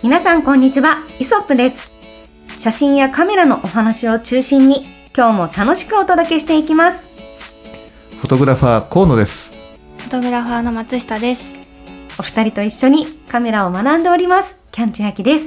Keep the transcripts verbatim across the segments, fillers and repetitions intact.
皆さんこんにちは、イソップです。写真やカメラのお話を中心に今日も楽しくお届けしていきます。 フォトグラファー河野です。 フォトグラファーの松下です。 お二人と一緒にカメラを学んでおりますキャンチャキです。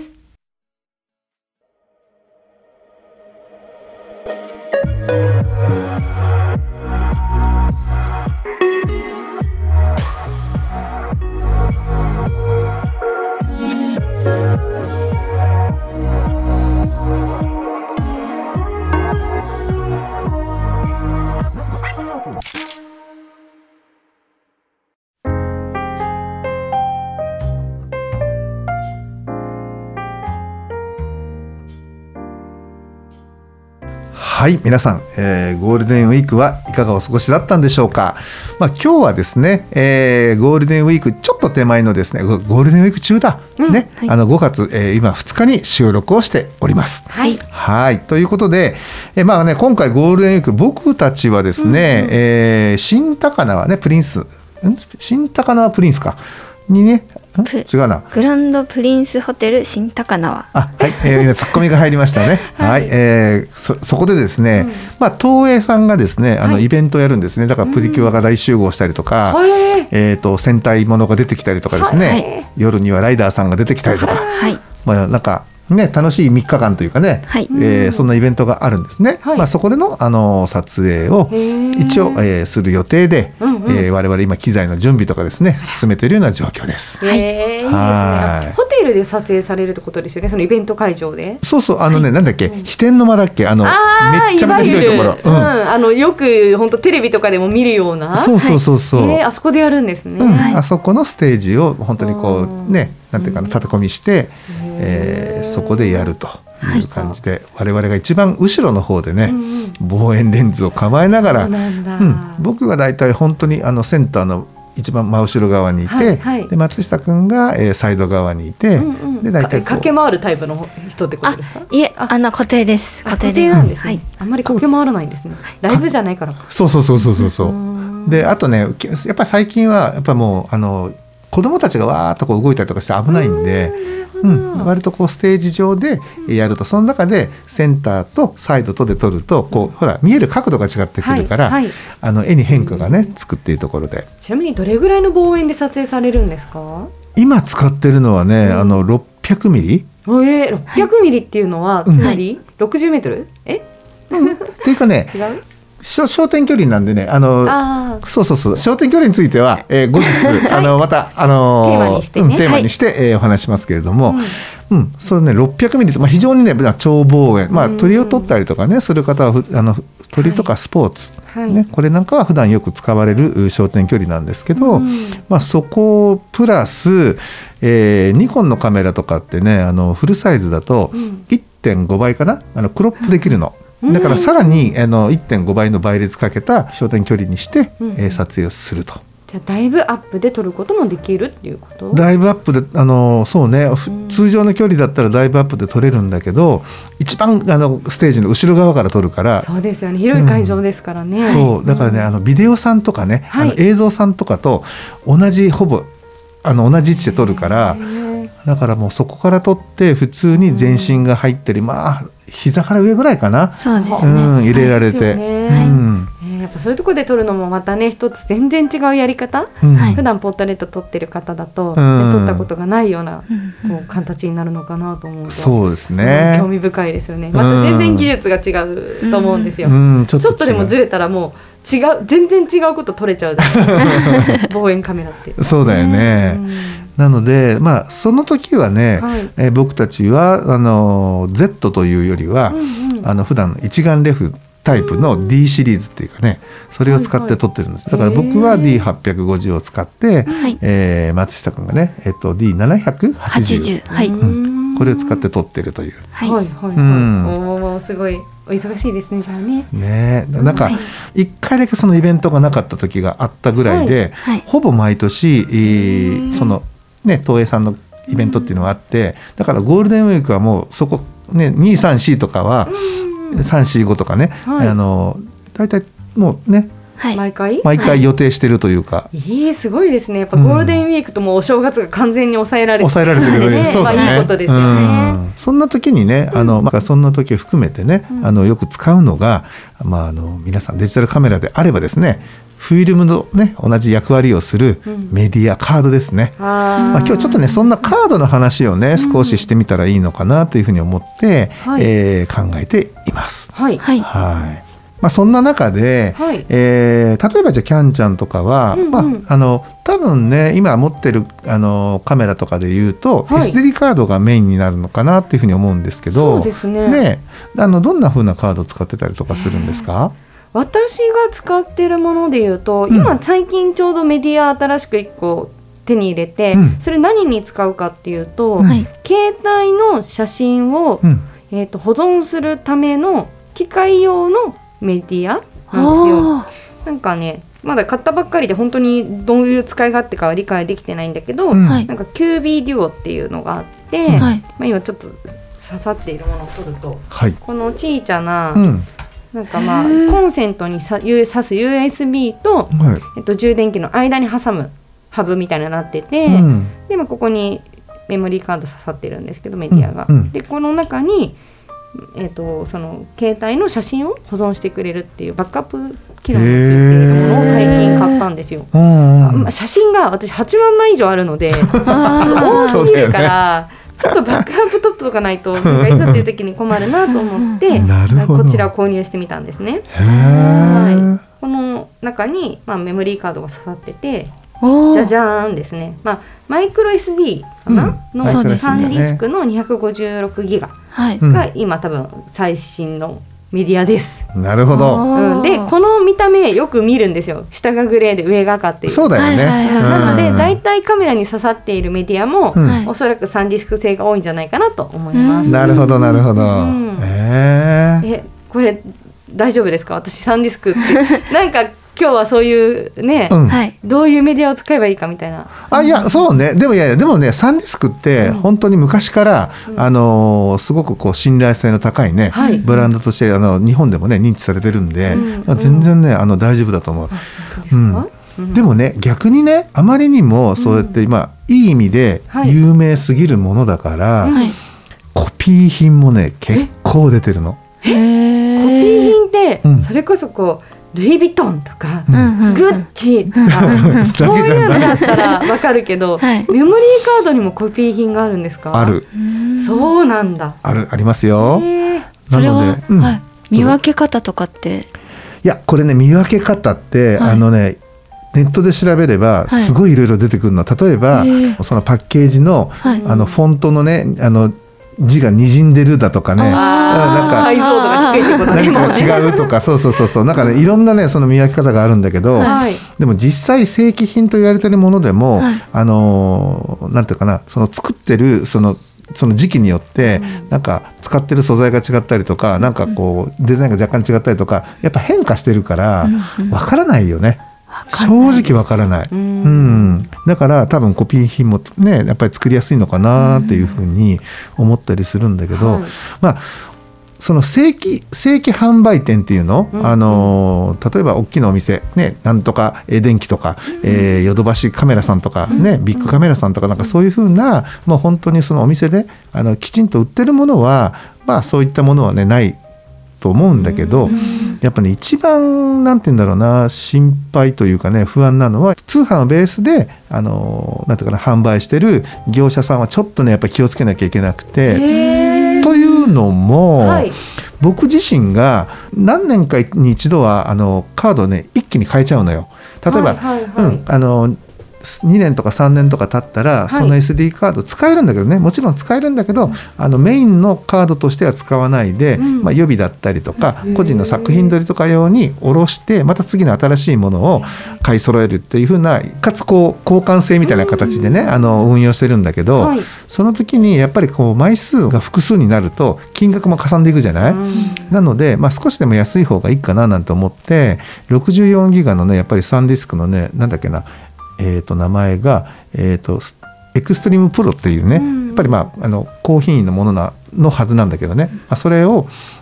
はい、皆さん、えー、ゴールデンウィークはいかがお過ごしだったんでしょうか。まあ、今日はですね、えー、ゴールデンウィークちょっと手前のですね、ゴールデンウィーク中だ、うんね、はい、あのごがつ、えー、今ふつかに収録をしております。 はい、 はいということで、えーまあね、今回ゴールデンウィーク僕たちはですね、うんうん、えー、新高輪ねプリンスん新高輪プリンスかにね、違うな、 グランドプリンスホテル新高輪、 あ、はい、えー、今ツッコミが入りましたね。はい、はい、えー、そ, そこでですね、うん、まあ、東映さんがですねあの、はい、イベントをやるんですね。だからプリキュアが大集合したりとか、うん、えー、と戦隊ものが出てきたりとかですね、はい、夜にはライダーさんが出てきたりとか、はい、まあ、なんかね、楽しいみっかかんというかね、はい、えー、そんなイベントがあるんですね。はい、まあ、そこでの、あの撮影を一応、えー、する予定で、うんうん、えー、我々今機材の準備とかですね進めているような状況です。 はい、えー、いいですね。ホテルで撮影されるってことですよね、そのイベント会場で。 そうそう、あのね、はい、なんだっけ、うん、飛天の間だっけ、あのあめっちゃめちゃ広いところ、 うんうん、あのよく本当テレビとかでも見るような、 そうそうそうそう、 はい、えー、あそこでやるんですね。 うん、はい、あそこのステージを本当にこうね、なんていうかな、立て込みして、えー、そこでやるという感じで、はい、我々が一番後ろの方でね、うん、望遠レンズを構えながら、うん、僕がだいたい本当にあのセンターの一番真後ろ側にいて、はいはい、で松下くんが、えー、サイド側にいて、うんうん、でだいたい駆け回るタイプの人ってことですか。 いえ、あの固定です。 固定, 固定なんですね、はい、あんまり駆け回らないんですね。ライブじゃないから。 そうそうそうそうそうそうで、あとね、やっぱり最近はやっぱもうあの子供たちがわーっとこう動いたりとかして危ないんで、うん、割とこうステージ上でやると、その中でセンターとサイドとで撮るとこう、ほら見える角度が違ってくるから、はいはい、あの絵に変化がねつくっていうところで。 ちなみにどれぐらいの望遠で撮影されるんですか。 今使ってるのはね、うん、あのろっぴゃくミリ、 えー、ろっぴゃくミリっていうのは、はい、つまりろくじゅうメートル、え、 うん、っていうかね、違う焦点距離なんでね、あのあそうそうそう、焦点距離については、えー、後日あのまたあのテーマにして、ね、 うん、テーマにして、はい、えー、お話しますけれども、うんうん、それねろっぴゃくミリと、まあ、非常にね超望遠、まあ、鳥を撮ったりとかねする方はあの鳥とかスポーツ、はいね、これなんかは普段よく使われる焦点距離なんですけど、まあ、そこプラス、えー、ニコンのカメラとかってね、あのフルサイズだと いってんご 倍かな、あのクロップできるの、だからさらにあの いってんご 倍の倍率かけた焦点距離にして、うん、えー、撮影をすると。 じゃあだいぶアップで撮ることもできるっていうこと。 だいぶアップで、あのそうね、うん、通常の距離だったらだいぶアップで撮れるんだけど、一番あのステージの後ろ側から撮るから。 そうですよね、広い会場ですからね、 うん、そうだからね、あのビデオさんとかね、はい、あの映像さんとかと同じほぼあの同じ位置で撮るから、だからもうそこから撮って普通に全身が入ってる、まあ膝から上ぐらいかな、 そうですね、 うん、入れられて、ね、うん、 えー、やっぱそういうところで撮るのもまたね一つ全然違うやり方、うん、普段ポートレート撮ってる方だと、うん、撮ったことがないような、うん、こう形になるのかなと思うと、 そうですね、 興味深いですよね。また全然技術が違うと思うんですよ、うんうん、ちょっと、ちょっとでもずれたらもう違う、全然違うこと撮れちゃうじゃない望遠カメラってそうだよね、うん、なので、まあ、その時はね、はい、えー、僕たちはあの Z というよりは、うんうん、あの普段一眼レフタイプの D シリーズっていうかね、それを使って撮ってるんです、はいはい、だから僕は ディーはっぴゃくごじゅう を使って、はい、えー、松下君がね、えっと、ディーななひゃくはちじゅう、はい、うん、これを使って撮ってるという、 はいはいはい、うん、おー、すごいお忙しいですね、じゃあね。 ね、なんか一回だけそのイベントがなかった時があったぐらいで、はいはい、ほぼ毎年、えー、そのね、東映さんのイベントっていうのがあって、だからゴールデンウィークはもうそこね、に、さん、よんとかはさん、よん、ごとかね、はい、あのだいたいもうねはい、 毎回毎回予定してるというか、 はい、いいすごいですね。やっぱゴールデンウィークともお正月が完全に抑えられて、 抑えられてるね、 そうだね、まあ、いいことですよね、うん、 そんな時にね、あの、まあ、そんな時を含めてね、うん、あのよく使うのが、まあ、あの皆さんデジタルカメラであればですね、フィルムの、ね、同じ役割をするメディア、うん、カードですね。あ、まあ、今日ちょっとねそんなカードの話をね少ししてみたらいいのかなというふうに思って、うん、えー、考えています。 はい、はいはい、まあ、そんな中で、はい、えー、例えばじゃあキャンちゃんとかは、うんうん、まあ、あの多分ね今持ってるあのカメラとかでいうと、はい、エスディー カードがメインになるのかなっていうふうに思うんですけど、 そうですね。 ね、あのどんな風なカードを使ってたりとかするんですか？ 私が使ってるものでいうと、うん、今最近ちょうどメディア新しくいっこ手に入れて、うん、それ何に使うかっていうと、うん、携帯の写真を、うん、えーと、保存するための機械用のメディアなんですよ。なんかねまだ買ったばっかりで本当にどういう使い勝手かは理解できてないんだけど、うん、なんか キュービー デュオっていうのがあって、うん、まあ、今ちょっと刺さっているものを取ると、はい、この小さな、うん、なんかまあコンセントにさ挿す ユーエスビー と、はい、えっと、充電器の間に挟むハブみたいになってて、うん、で、まあ、ここにメモリーカード刺さってるんですけどメディアが、うんうん、でこの中に、えー、とその携帯の写真を保存してくれるっていうバックアップ機能がついているものを最近買ったんですよ。まあ、写真が私はちまんまい以上あるので多すぎるからちょっとバックアップ取っとかないとなんかいざっていう時に困るなと思ってこちらを購入してみたんですね。はい、この中に、まあ、メモリーカードが刺さってて、じゃじゃーんですね、まあ、マイクロ エスディー かな、うん、のサンディスクのにひゃくごじゅうろくギガが今多分最新のメディアです。 なるほど、 うん、でこの見た目よく見るんですよ。下がグレーで上が赤っていう。 そうだよね、はいはいはい、 なのでだいたいカメラに刺さっているメディアも、うん、おそらくサンディスク製が多いんじゃないかなと思います。 なるほどなるほど、うん、えー、 えこれ大丈夫ですか？私サンディスクってなんか今日はそういうね、うん、どういうメディアを使えばいいかみたいな。 あ、いやそうね、でもいやいやでもねサンディスクって本当に昔から、うん、あのすごくこう信頼性の高いね、はい、ブランドとしてあの日本でもね認知されてるんで、うんまあ、全然ねあの大丈夫だと思う。うんうん、でもね逆にねあまりにもそうやって今、うん、いい意味で有名すぎるものだから、はい、コピー品もね結構出てるの。 ええコピー品って、うん、それこそこうルイ・ヴィトンとか、うん、グッチとか、うん、そういうのだったらわかるけど、はい、メモリーカードにもコピー品があるんですか？ ある。 そうなんだ。 あるありますよ。 それは、うん、はい、見分け方とかって？ いやこれね見分け方って、はい、あのねネットで調べればすごいいろいろ出てくるの。例えばそのパッケージの、はい、あのフォントのねあの字が滲んでるだとかね、なんか解像度が低いってことね、 何か違うとかそうそうそうそう、なんかねいろんなねその見分け方があるんだけど、はい、でも実際正規品と言われてるものでも、はい、あのなんていうかな、その作ってるそのその時期によってなんか使ってる素材が違ったりとか、なんかこうデザインが若干違ったりとかやっぱ変化してるからわからないよね。正直わからない、うんうん、だから多分コピー品もねやっぱり作りやすいのかなっていうふうに思ったりするんだけど、はい、まあその正規正規販売店っていうの、うん、あの例えば大きなお店ね、なんとか電気とか、うん、えー、ヨドバシカメラさんとかね、うん、ビッグカメラさんとかなんかそういうふうな、もう本当にそのお店であのきちんと売ってるものはまあそういったものはねないと思うんだけど、うん、やっぱね一番なんて言うんだろうな、心配というかね不安なのは通販をベースであのなんていうかな販売してる業者さんはちょっとねやっぱり気をつけなきゃいけなくて、というのも、はい、僕自身が何年かに一度はあのカードをね一気に変えちゃうのよ。例えば、はいはいはい、うん、あのにねんとかさんねんとか経ったら、はい、その エスディー カード使えるんだけどね、もちろん使えるんだけど、うん、あのメインのカードとしては使わないで、うん、まあ、予備だったりとか、うん、個人の作品取りとか用に下ろしてまた次の新しいものを買い揃えるっていう風な、かつこう交換性みたいな形でね、うん、あの運用してるんだけど、はい、その時にやっぱりこう枚数が複数になると金額もかさんでいくじゃない、うん、なので、まあ、少しでも安い方がいいかななんて思ってろくじゅうよんギガのねやっぱりサンディスクのねなんだっけな、えー、と名前が、えー、とエクストリームプロっていうね、うん、やっぱり、まあ、あの高品位のものなのはずなんだけどね、まあ、それを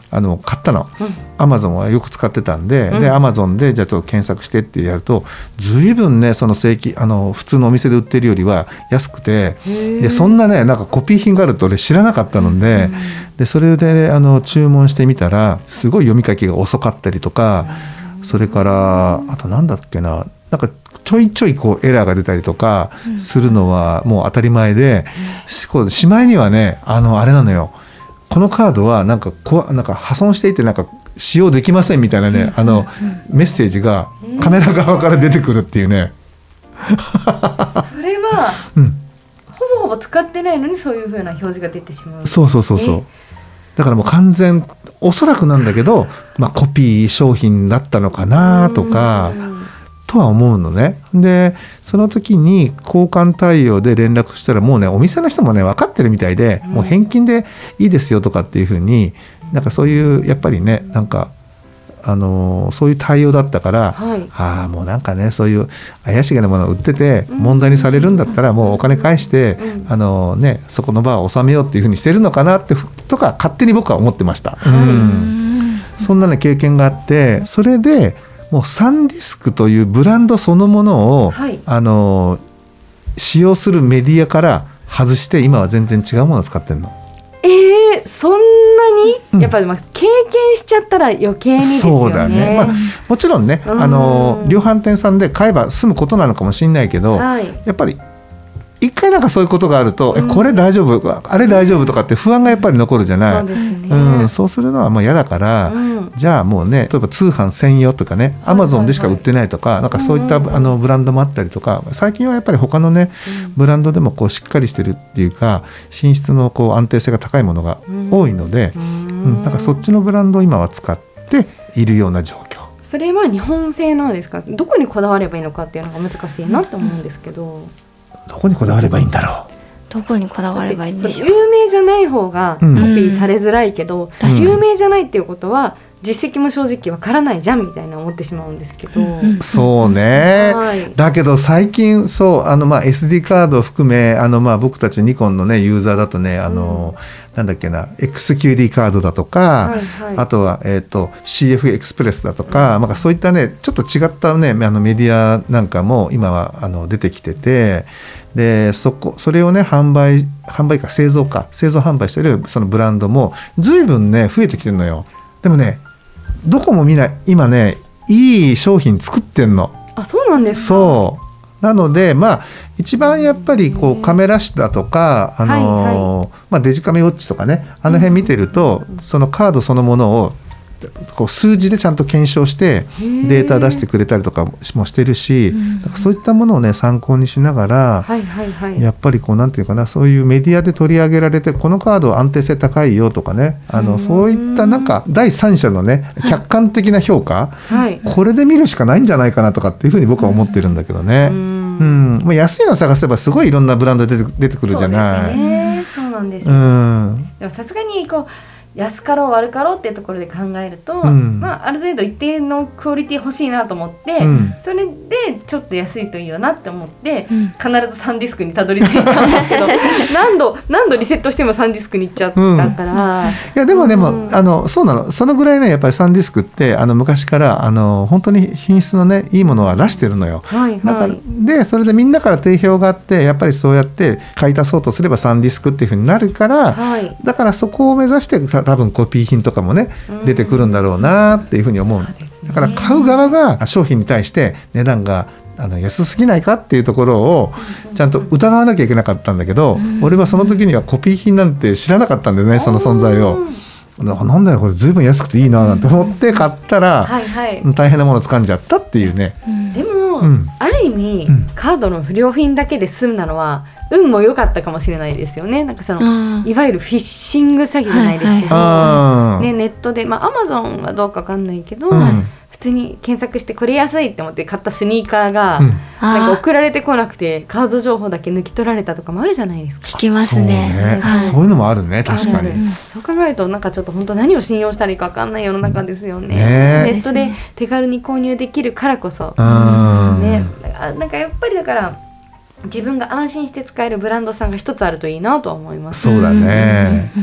あの買ったの、アマゾンはよく使ってたんで、うん、でアマゾンでじゃあちょっと検索してってやると随分ねその正規あの普通のお店で売ってるよりは安くて、でそんなねなんかコピー品があると俺知らなかったので、うん、でそれであの注文してみたらすごい読み書きが遅かったりとか、うん、それからあとなんだっけななんかちょいちょいこうエラーが出たりとかするのはもう当たり前で、うん、しまいにはねあのあれなのよ、このカードはなんかこなんか破損していてなんか使用できませんみたいなね、うん、あのメッセージがカメラ側から出てくるっていうね、 それは、うん、ほぼほぼ使ってないのにそういう風な表示が出てしまう。 そうそうそうそう、だからもう完全おそらくなんだけど、まあ、コピー商品だったのかなとかとは思うのね。でその時に交換対応で連絡したらもうねお店の人もね分かってるみたいで、もう返金でいいですよとかっていう風になんかそういうやっぱりねなんかあのー、そういう対応だったから、はい、ああもうなんかねそういう怪しげなものを売ってて問題にされるんだったらもうお金返して、うん、あのー、ねそこの場を収めようっていう風にしてるのかなってとか勝手に僕は思ってました、はい、うん、そんなね経験があって、それでもうサンディスクというブランドそのものを、はい、あの使用するメディアから外して今は全然違うものを使ってるの。 えー、そんなに、うん、やっぱりまあ経験しちゃったら余計にですよね。 そうだね、まあ、もちろんねあの量販店さんで買えば済むことなのかもしれないけど、はい、やっぱり一回なんかそういうことがあると、うん、えこれ大丈夫あれ大丈夫とかって不安がやっぱり残るじゃない。そうですね、うん、そうするのはもう嫌だから、うん、じゃあもうね例えば通販専用とかねアマゾンでしか売ってないとか、はいはいはい、なんかそういった、うん、あのブランドもあったりとか、最近はやっぱり他のね、うん、ブランドでもこうしっかりしてるっていうか品質のこう安定性が高いものが多いので、うんうん、だからそっちのブランドを今は使っているような状況。 それは日本製なんですか？どこにこだわればいいのかっていうのが難しいなと思うんですけど、うん、 どこにこだわればいいんだろう。 どこにこだわればいいんでしょう。 有名じゃない方がコピーされづらいけど、うん、有名じゃないっていうことは実績も正直わからないじゃんみたいな思ってしまうんですけど、うん、 そうね、はい、だけど最近そうあの、まあ、エスディー カードを含めあの、まあ、僕たちニコンの、ね、ユーザーだとねあの、うん、なんだっけな エックスキューディー カードだとか、はいはい、あとは、えーと、シーエフ エクスプレスだとか、うん、まあ、そういったねちょっと違った、ね、あのメディアなんかも今はあの出てきてて、で そ, こそれをね販売販売か製造か製造販売してるそのブランドも随分ね増えてきてるのよ。でもねどこもみんな今ねいい商品作ってんの。 あ、そうなんですか。 そうなのでまあ一番やっぱりこうカメラ誌だとかあの、はいはい、まあ、デジカメウォッチとかねあの辺見てるとそのカードそのものをこう数字でちゃんと検証してデータ出してくれたりとかもしてるし、だからそういったものをね参考にしながら、はいはいはい、やっぱりこうなんていうかなそういうメディアで取り上げられてこのカード安定性高いよとかねあのそういったなんか第三者のね客観的な評価、はい、これで見るしかないんじゃないかなとかっていうふうに僕は思ってるんだけどね。うん、もう安いの探せばすごいいろんなブランド出て、出てくるじゃない。 そうですね、そうなんですよ。うん、でもさすがにこう安かろう悪かろうっていうところで考えると、うん、まあ、ある程度一定のクオリティ欲しいなと思って、うん、それでちょっと安いといいよなって思って、うん、必ずサンディスクにたどり着いたんですけど何度何度リセットしてもサンディスクに行っちゃったから、うん、いやでもでも、うん、あのそうなのそのぐらいねやっぱりサンディスクってあの昔からあの本当に品質のねいいものは出してるのよ、はいはい、だからでそれでみんなから定評があってやっぱりそうやって買い足そうとすればサンディスクっていう風になるから、はい、だからそこを目指して多分コピー品とかもね出てくるんだろうなっていうふうに思う、うん、そうですね、だから買う側が商品に対して値段があの安すぎないかっていうところをちゃんと疑わなきゃいけなかったんだけど、うん、俺はその時にはコピー品なんて知らなかったんだよね、その存在を。なんだよこれずいぶん安くていいななんて思って買ったら、はいはい、大変なもの掴んじゃったっていうね、 うん、でも、うん、ある意味、うん、カードの不良品だけで済んだのは運も良かったかもしれないですよね。なんかそのいわゆるフィッシング詐欺じゃないですけど、はいはい、ね、ネットでまあアマゾンはどうか分かんないけど、うん、普通に検索してこれ安いって思って買ったスニーカーが、うん、なんか送られてこなくてカード情報だけ抜き取られたとかもあるじゃないですか。 聞きますね。 そうね、はい、そういうのもあるね、確かに。 そう考えるとなんかちょっと本当何を信用したらいいか分かんない世の中ですよね。ね、ネットで手軽に購入できるからこそ、ね、なんかやっぱりだから自分が安心して使えるブランドさんが一つあるといいなとは思います。 そうだね、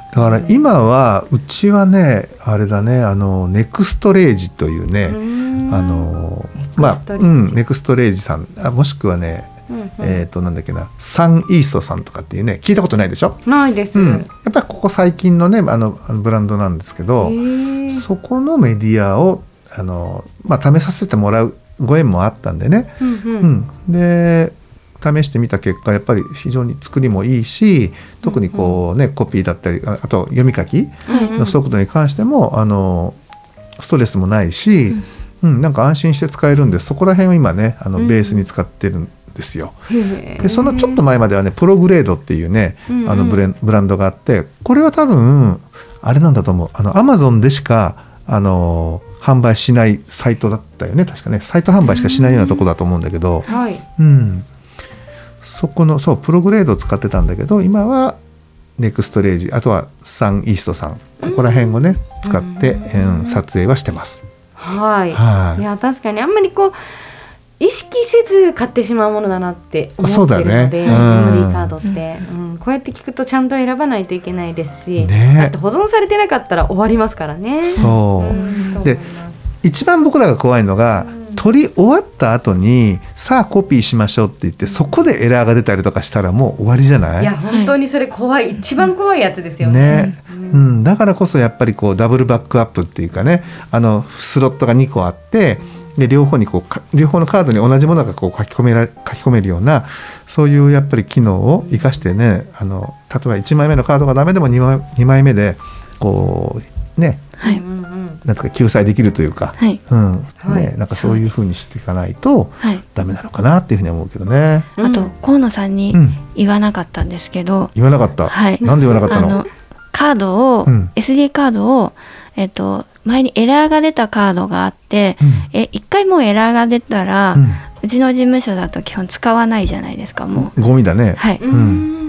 だから今はうちはねあれだねあのネクストレージというねあのまあうんネクストレージさんあもしくはね、うんうん、えっとなんだっけなサンイーストさんとかっていうね聞いたことないでしょ。 ないです、 うん、やっぱりここ最近のねあのブランドなんですけどそこのメディアをあの、まあ、試させてもらうご縁もあったんでね、うんうんうん、で試してみた結果やっぱり非常に作りもいいし特にこうね、うんうん、コピーだったりあと読み書きの速度に関しても、うんうん、あのストレスもないし、うんうん、なんか安心して使えるんでそこら辺を今ねあのベースに使ってるんですよ、うん、でそのちょっと前まではねプログレードっていうね、うんうん、あのブレンブランドがあってこれは多分あれなんだと思うあの Amazon でしかあの販売しないサイトだったよね確かねサイト販売しかしないようなとこだと思うんだけど、うんはいうん、そこのそうプログレードを使ってたんだけど今はネクストレージあとはサンイーストさんここら辺をね、うん、使って、うん、撮影はしてます。 はい、はい、いや確かにあんまりこう意識せず買ってしまうものだなって思ってるので、メモリーカードって、うんうん、こうやって聞くとちゃんと選ばないといけないですし、ね、だって保存されてなかったら終わりますからね。 そう、うん、で一番僕らが怖いのが、うん、撮り終わった後にさあコピーしましょうって言って、うん、そこでエラーが出たりとかしたらもう終わりじゃない？ いや本当にそれ怖い、一番怖いやつですよね。 ね、うんうん、だからこそやっぱりこうダブルバックアップっていうかねあのスロットがにこあってで両方にこう両方のカードに同じものがこう書き込められ書き込めるようなそういうやっぱり機能を生かしてねあの例えばいちまいめのカードがダメでも 2, 枚にまいめでこうね、はい、なんとか救済できるというか、はいうんね、なんかそういう風にしていかないとダメなのかなっていうふうに思うけどね。 あと河野さんに言わなかったんですけど、うん、 言わなかった、はい、なんで言わなかったの？ あのカードを、うん、エスディー カードをえっと、前にエラーが出たカードがあって、うん、え一回もうエラーが出たら、うん、うちの事務所だと基本使わないじゃないですかもうゴミだね、 はいうん、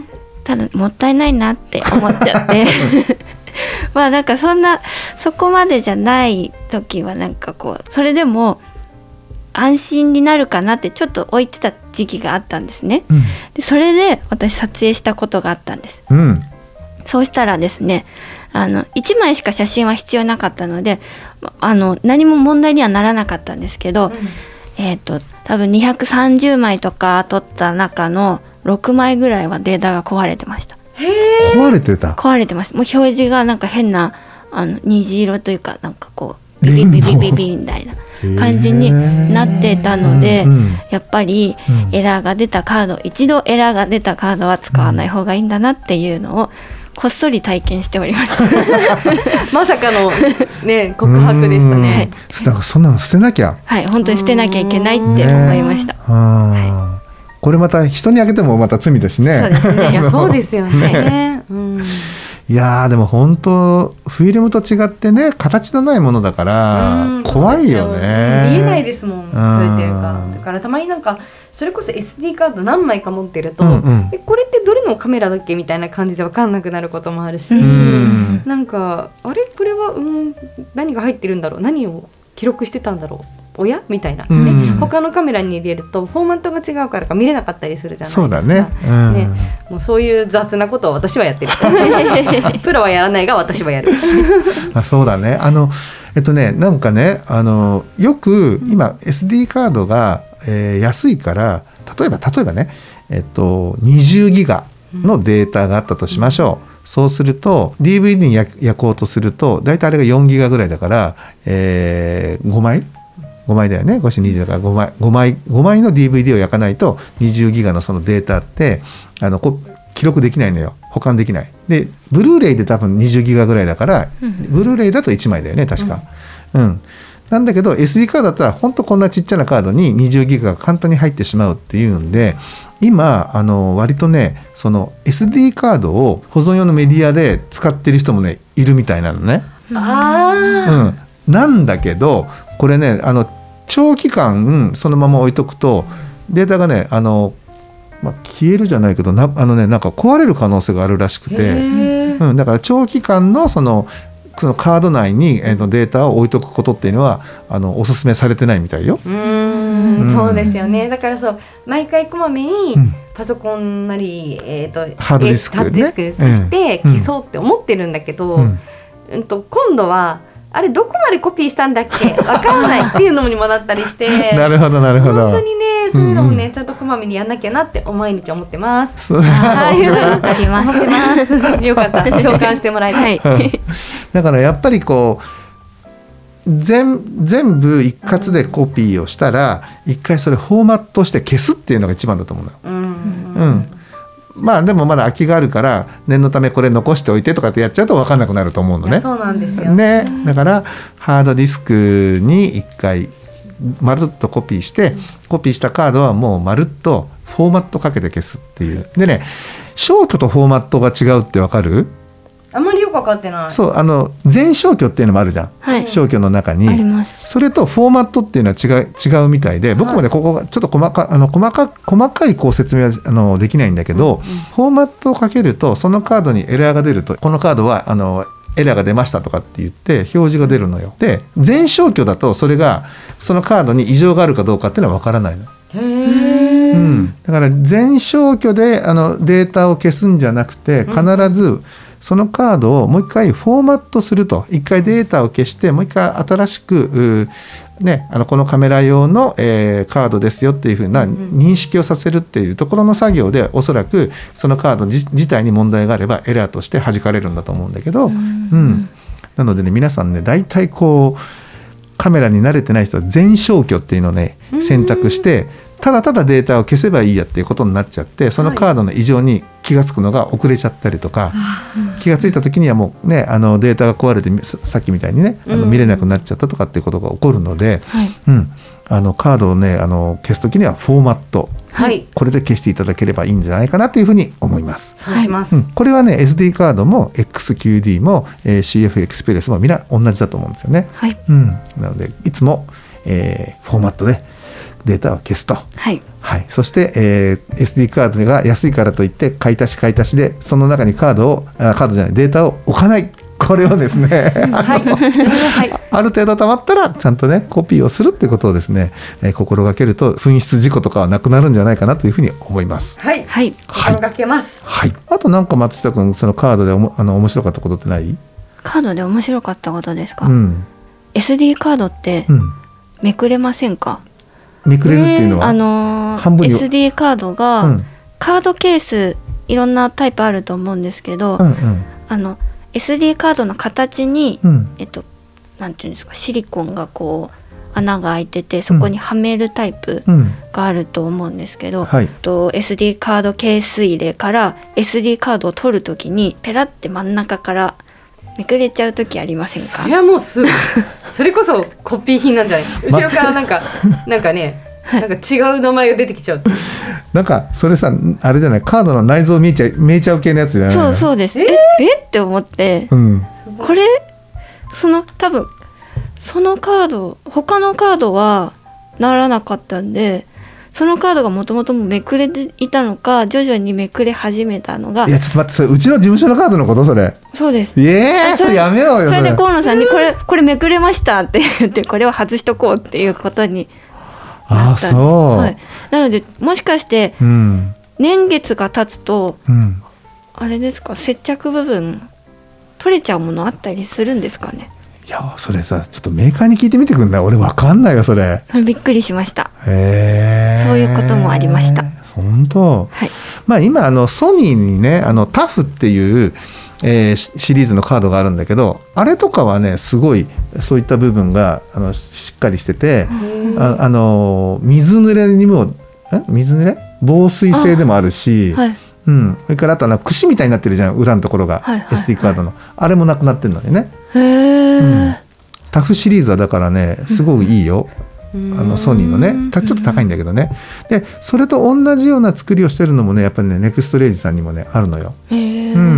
ただもったいないなって思っちゃってまあなんかそんなそこまでじゃない時はなんかこうそれでも安心になるかなってちょっと置いてた時期があったんですね、うん、でそれで私撮影したことがあったんです、うん、そうしたらですねあのいちまいしか写真は必要なかったのであの何も問題にはならなかったんですけど、うんえー、と多分にひゃくさんじゅうまいとか撮った中のろくまいぐらいはデータが壊れてました。 へー壊れてた壊れてます。もう表示がなんか変なあの虹色というかなんかこうビビビビビビみたいな感じになってたので、うん、やっぱりエラーが出たカード、うん、一度エラーが出たカードは使わない方がいいんだなっていうのをこっそり体験しておりましたまさかの、ね、告白でしたね。 なんかそんなの捨てなきゃはい本当に捨てなきゃいけないって思いました、ねはい、これまた人にあげてもまた罪だしね。 そうですねいやそうですよ ね, ね、うん、 いやでも本当フィルムと違ってね形のないものだから怖いよね。 見えないですもんそうっていうかだからたまになんかそれこそ エスディー カード何枚か持ってると、うんうん、えこれってどれのカメラだっけみたいな感じで分かんなくなることもあるし、うん、なんかあれこれは、うん、何が入ってるんだろう何を記録してたんだろうおやみたいな、うんね、他のカメラに入れるとフォーマットが違うからか見れなかったりするじゃないですか。 そうだね、うんねもうそういう雑なことを私はやってるプロはやらないが私はやるあそうだねあのえっとねなんかねあのよく今 エスディー カードがえー、安いから例えば例えばね、えっと、にじゅうギガのデータがあったとしましょう、うん、そうすると ディーブイディー に焼焼こうとするとだいたいあれがよんギガぐらいだから、えー、ごまいごまいだよねごしにじゅうだからごまいごまいごまいの ディーブイディー を焼かないとにじゅうギガのそのデータってあのこ記録できないのよ保管できないでブルーレイで多分にじゅうギガぐらいだから、うん、ブルーレイだといちまいだよね確か、うん、うんなんだけど エスディー カードだったら本当こんなちっちゃなカードににじゅうギガが簡単に入ってしまうっていうんで今あの割とねその エスディー カードを保存用のメディアで使ってる人もねいるみたいなのね。あ、うん、なんだけどこれねあの長期間そのまま置いとくとデータがねあの、まあ、消えるじゃないけどなあのねなんか壊れる可能性があるらしくて、うん、だから長期間のそのそのカード内にデータを置いとくことっていうのはあのおすすめされてないみたいよ。 うーん、うん、そうですよね。だからそう毎回こまめにパソコンなり、えー、とハードディスク、ね、 ハードディスクにして消そうって思ってるんだけど、うんうん、と今度はあれどこまでコピーしたんだっけわからないっていうのにもなったりしてなるほどなるほど、 本当にねそういうのもね、うんうん、ちゃんとこまめにやんなきゃなって毎日思ってます。 はい、わかります。 よかった共感してもらいたい、 うん、だからやっぱりこう 全, 全部一括でコピーをしたら一回それフォーマットして消すっていうのが一番だと思うのよ、うんうん、まあでもまだ空きがあるから念のためこれ残しておいてとかってやっちゃうと分かんなくなると思うのね。 そうなんですよね。だからハードディスクに一回まるっとコピーしてコピーしたカードはもうまるっとフォーマットかけて消すっていう。でね、消去とフォーマットが違うって分かる？ あんまりよく分かってない。 そう、あの全消去っていうのもあるじゃん、はい、消去の中にあります。 それとフォーマットっていうのは違う、違うみたいで、僕もねここがちょっと細かあの細か細かいこう説明はあのできないんだけど、うんうん、フォーマットをかけるとそのカードにエラーが出ると、このカードはあのエラーが出ましたとかって言って表示が出るのよ。で全消去だとそれがそのカードに異常があるかどうかっていうのは分からないの。 へー、 うん、だから全消去であのデータを消すんじゃなくて、必ずそのカードをもう一回フォーマットすると、一回データを消してもう一回新しく、ね、あのこのカメラ用の、えー、カードですよっていうふうな認識をさせるっていうところの作業で、おそらくそのカード自体に問題があればエラーとして弾かれるんだと思うんだけど、うん、うん、なのでね、皆さんね大体こうカメラに慣れてない人は全消去っていうのをね選択して、ただただデータを消せばいいやっていうことになっちゃって、そのカードの異常に気がつくのが遅れちゃったりとか、はい、気がついた時にはもうね、あのデータが壊れてさっきみたいにね、あの見れなくなっちゃったとかっていうことが起こるので、はいうん、あのカードをねあの消す時にはフォーマット、はい、これで消していただければいいんじゃないかなというふうに思います。 そうします、 うん、これはね エスディー カードも エックスキューディー も、えー、シーエフ エクスプレスもみんな同じだと思うんですよね、はいうん、なのでいつも、えー、フォーマットでデータを消すと、はいはい、そして、えー、エスディー カードが安いからといって買い足し買い足しでその中にカードをあカードじゃないデータを置かない、これをですね、はいはい、ある程度たまったらちゃんとねコピーをするってことをですね、えー、心がけると紛失事故とかはなくなるんじゃないかなというふうに思います。 はい、はい、心がけます、 はいはい、あとなんか松下君そのカードでおもあの面白かったことってない？ カードで面白かったことですか、うん、エスディー カードってめくれませんか？ めくれるっていうのは、 あのー、エスディー カードが、うん、カードケースいろんなタイプあると思うんですけど、うんうん、あの エスディー カードの形に、うんえっと、なんていうんですか、シリコンがこう穴が開いててそこにはめるタイプがあると思うんですけど、うんはい、と エスディー カードケース入れから エスディー カードを取るときにペラって真ん中からめくれちゃうときありませんか？ それはもうそれこそコピー品なんじゃない？後ろからなんかなんかねなんか違う名前が出てきちゃう。 なんかそれさあれじゃない、カードの内臓見えちゃ見えちゃう系のやつじゃない？ そうそうです。えええって思って、うん、これその多分そのカード他のカードはならなかったんで、そのカードがもともとめくれていたのか徐々にめくれ始めたのが。 いやちょっと待って、それうちの事務所のカードのこと？それそうです。 いえー、それやめようよ。 それで河野さんにこれこれめくれましたって言ってこれを外しとこうっていうことになったんです。あ、そう、はい、なのでもしかして年月が経つと、うん、あれですか、接着部分取れちゃうものあったりするんですかね？ いやそれさちょっとメーカーに聞いてみてくんない？俺わかんないよそれ。 びっくりしました。 へー、 そういうこともありました。 本当、はい、まあ今あのソニーにねあのタフっていう、えー、シリーズのカードがあるんだけど、あれとかはねすごいそういった部分があのしっかりしてて、ああの水濡れにもえ水濡れ防水性でもあるし、はい、うん、それからあとあの串みたいになってるじゃん裏のところが、はいはいはい、エスディー カードのあれもなくなってるのでね。へー、うん、タフシリーズはだからねすごくいいよ、うん、あのソニーのねちょっと高いんだけどね。でそれと同じような作りをしてるのもねやっぱりねネクストレイジさんにもねあるのよ。へー、うん、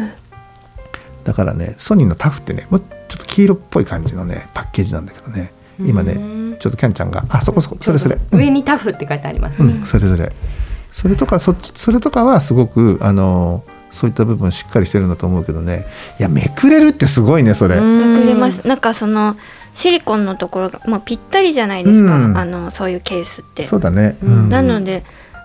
だからねソニーのタフってねもうちょっと黄色っぽい感じのねパッケージなんだけどね、今ねちょっとキャンちゃんがあそこそこそれそれ上にタフって書いてありますね、 うん、それぞれそれとかそっちそれとかはすごくあのそういった部分しっかりしてるんだと思うけどね。いやめくれるってすごいねそれ。 めくれます。なんかそのシリコンのところが、まあ、ぴったりじゃないですか、うん、あのそういうケースって。 そうだね、 うん、なので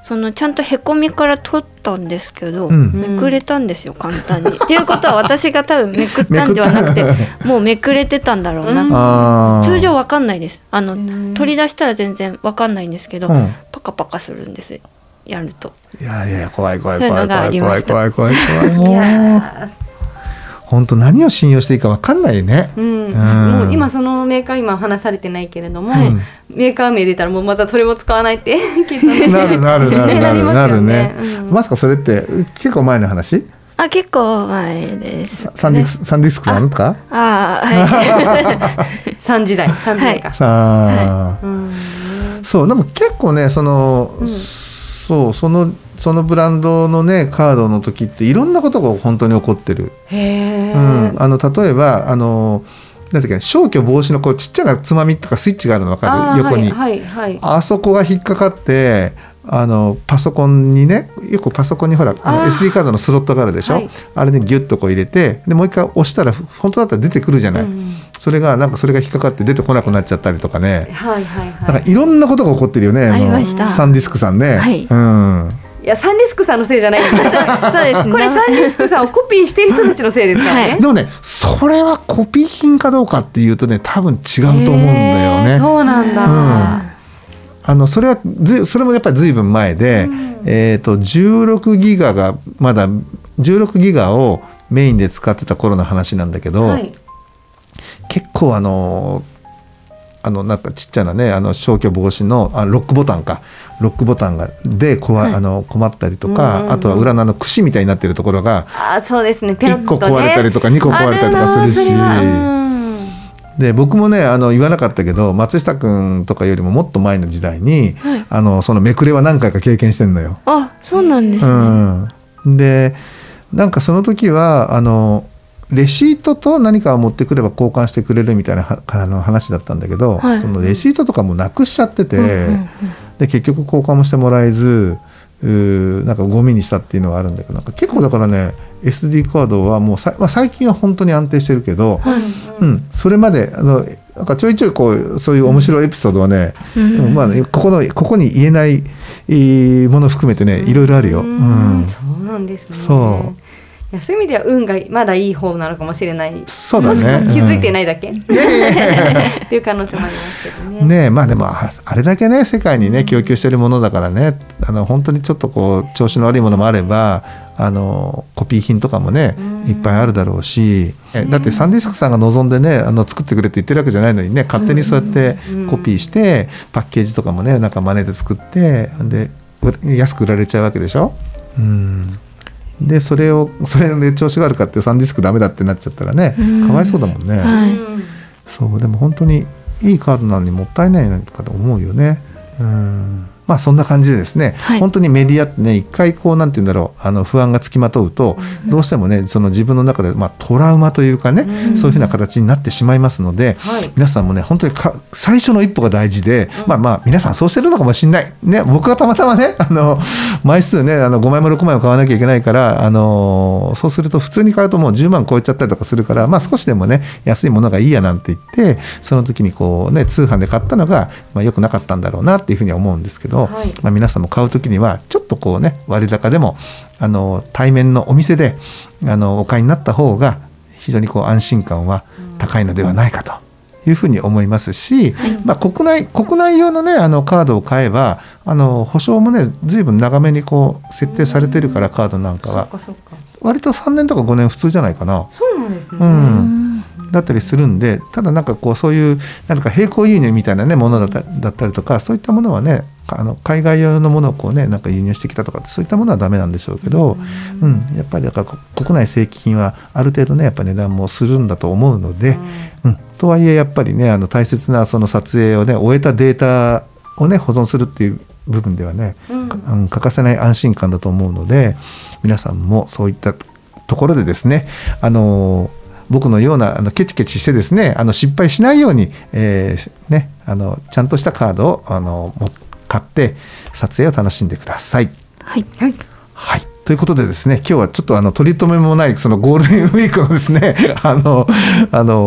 そのちゃんとへこみから取ったんですけど、うん、めくれたんですよ簡単に。っていうことは私が多分めくったんではなくてもうめくれてたんだろうなって。通常わかんないです。あの取り出したら全然わかんないんですけど、うん、パカパカするんですやると。 いやいや怖い怖い怖い怖い怖い怖い怖い怖いもう本当何を信用していいか分かんないね、 うんうん、もう今そのメーカー今話されてないけれども、はい、メーカー名出たらもうまたそれも使わないってきっとねなるなるなるなるなるね、うん、まさかそれって結構前の話？ あ結構前です、ね、 サンディスクサンディスクなんかああはいさん時代さん時代か、 はい、さあ、はいうん、そうでも結構ねその、うん、そうそのそのブランドのねカードの時っていろんなことが本当に起こってる。 へー、 うん、あの例えばあのなんていうか消去防止のこうちっちゃなつまみとかスイッチがあるの分かる？横に、 はいはいはい、 あそこが引っかかってあのパソコンにねよくパソコンにほらあの エスディー カードのスロットがあるでしょ、はい、あれにギュッとこう入れてでもう一回押したら本当だったら出てくるじゃない、うん、それがなんかそれが引っかかって出てこなくなっちゃったりとかね、 はいはいはい、 なんかいろんなことが起こってるよね。 ありました。 サンディスクさんね、 はい、 うんいやサンディスクさんのせいじゃないんですそうですね、これサンディスクさんをコピーしている人たちのせいですからね、はい、 でもねそれはコピー品かどうかっていうとね多分違うと思うんだよね。 そうなんだ、 うん、あのそれはずそれもやっぱりずいぶん前で、うん、えーとじゅうろくギガがまだじゅうろくギガをメインで使ってた頃の話なんだけど、はい、結構あのあのなんかちっちゃなねあの消去防止のあロックボタンかロックボタンがでこわ、はい、あの困ったりとか、うんうんうん、あとは裏のあの串みたいになってるところがあそうですね、ペロッとね、 いっこ壊れたりとかにこ壊れたりとかするし、で僕もねあの言わなかったけど松下君とかよりももっと前の時代に、はい、あのそのめくれは何回か経験してんのよ。 あそうなんですね、 うん、でなんかその時はあのレシートと何かを持ってくれば交換してくれるみたいなあの話だったんだけど、はい、そのレシートとかもなくしちゃってて、うんうんうん、で結局交換もしてもらえずうなんかゴミにしたっていうのがあるんだけどなんか結構だからね エスディー カードはもうさ、まあ、最近は本当に安定してるけど、はいうん、それまであのなんかちょいちょいこうそういう面白いエピソードはね、うんまあ、ねここのここに言えないもの含めてねいろいろあるよ。 うんうん、そうなんですね。 そういやそういう意味では運がまだいい方なのかもしれない。 そうだね。 もしくは気づいてないだけ、うん、っていう可能性もありますけどね。 ねえまあでもあれだけね世界にね供給しているものだからねあの本当にちょっとこう調子の悪いものもあればあのコピー品とかもねいっぱいあるだろうし、だってサンディスクさんが望んでねあの作ってくれって言ってるわけじゃないのにね勝手にそうやってコピーしてパッケージとかもねなんか真似で作ってで安く売られちゃうわけでしょ。うんでそれをそれで調子があるかってサンディスクダメだってなっちゃったらねかわいそうだもんね、はい、そうでも本当にいいカードなのにもったいないなとかと思うよね。うんまあそんな感じでですね、はい、本当にメディアってね一回こうなんて言うんだろうあの不安がつきまとうと、うん、どうしてもねその自分の中で、まあ、トラウマというかね、うん、そういうふうな形になってしまいますので、はい、皆さんもね本当にか最初の一歩が大事で、うん、まあまあ皆さんそうしてるのかもしれないね。僕がたまたまねあの枚数ねあのごまいもろくまいも買わなきゃいけないからあのそうすると普通に買うともうじゅうまん超えちゃったりとかするからまあ少しでもね安いものがいいやなんて言ってその時にこうね通販で買ったのが、まあ、良くなかったんだろうなっていうふうには思うんですけど、はいまあ、皆さんも買うときにはちょっとこうね割高でもあの対面のお店であのお買いになった方が非常にこう安心感は高いのではないかというふうに思いますし、はいまあ、国内国内用のねあのカードを買えばあの保証もねずいぶん長めにこう設定されてるからカードなんかは割とさんねんとかごねん普通じゃないかな。 そうなんですね、 うんだったりするんでただなんかこうそういうなんか並行輸入みたいなねものだった、だったりとかそういったものはねあの海外用のものをこうねなんか輸入してきたとかそういったものはダメなんでしょうけど、うん、やっぱりだから国内正規品はある程度ねやっぱ値段もするんだと思うので、うん、とはいえやっぱりねあの大切なその撮影をね終えたデータをね保存するっていう部分ではね、うん、欠かせない安心感だと思うので皆さんもそういったところでですねあの僕のようなあのケチケチしてですねあの失敗しないように、えーね、あのちゃんとしたカードをあの買って撮影を楽しんでください。 はい、はいはい、ということでですね今日はちょっとあの取り留めもないそのゴールデンウィークのですねあのあの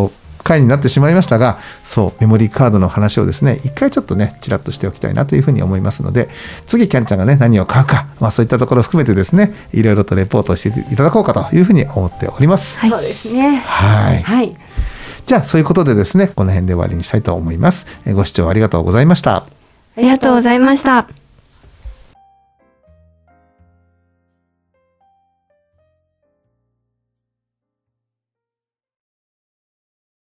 回になってしまいましたが、そうメモリーカードの話をですね一回ちょっとねちらっとしておきたいなというふうに思いますので、次キャンちゃんがね何を買うか、まあ、そういったところを含めてですねいろいろとレポートしていただこうかというふうに思っております。 はい、そうですね。 はい、 はい、 じゃあそういうことでですねこの辺で終わりにしたいと思います。ご視聴ありがとうございました。 ありがとうございました。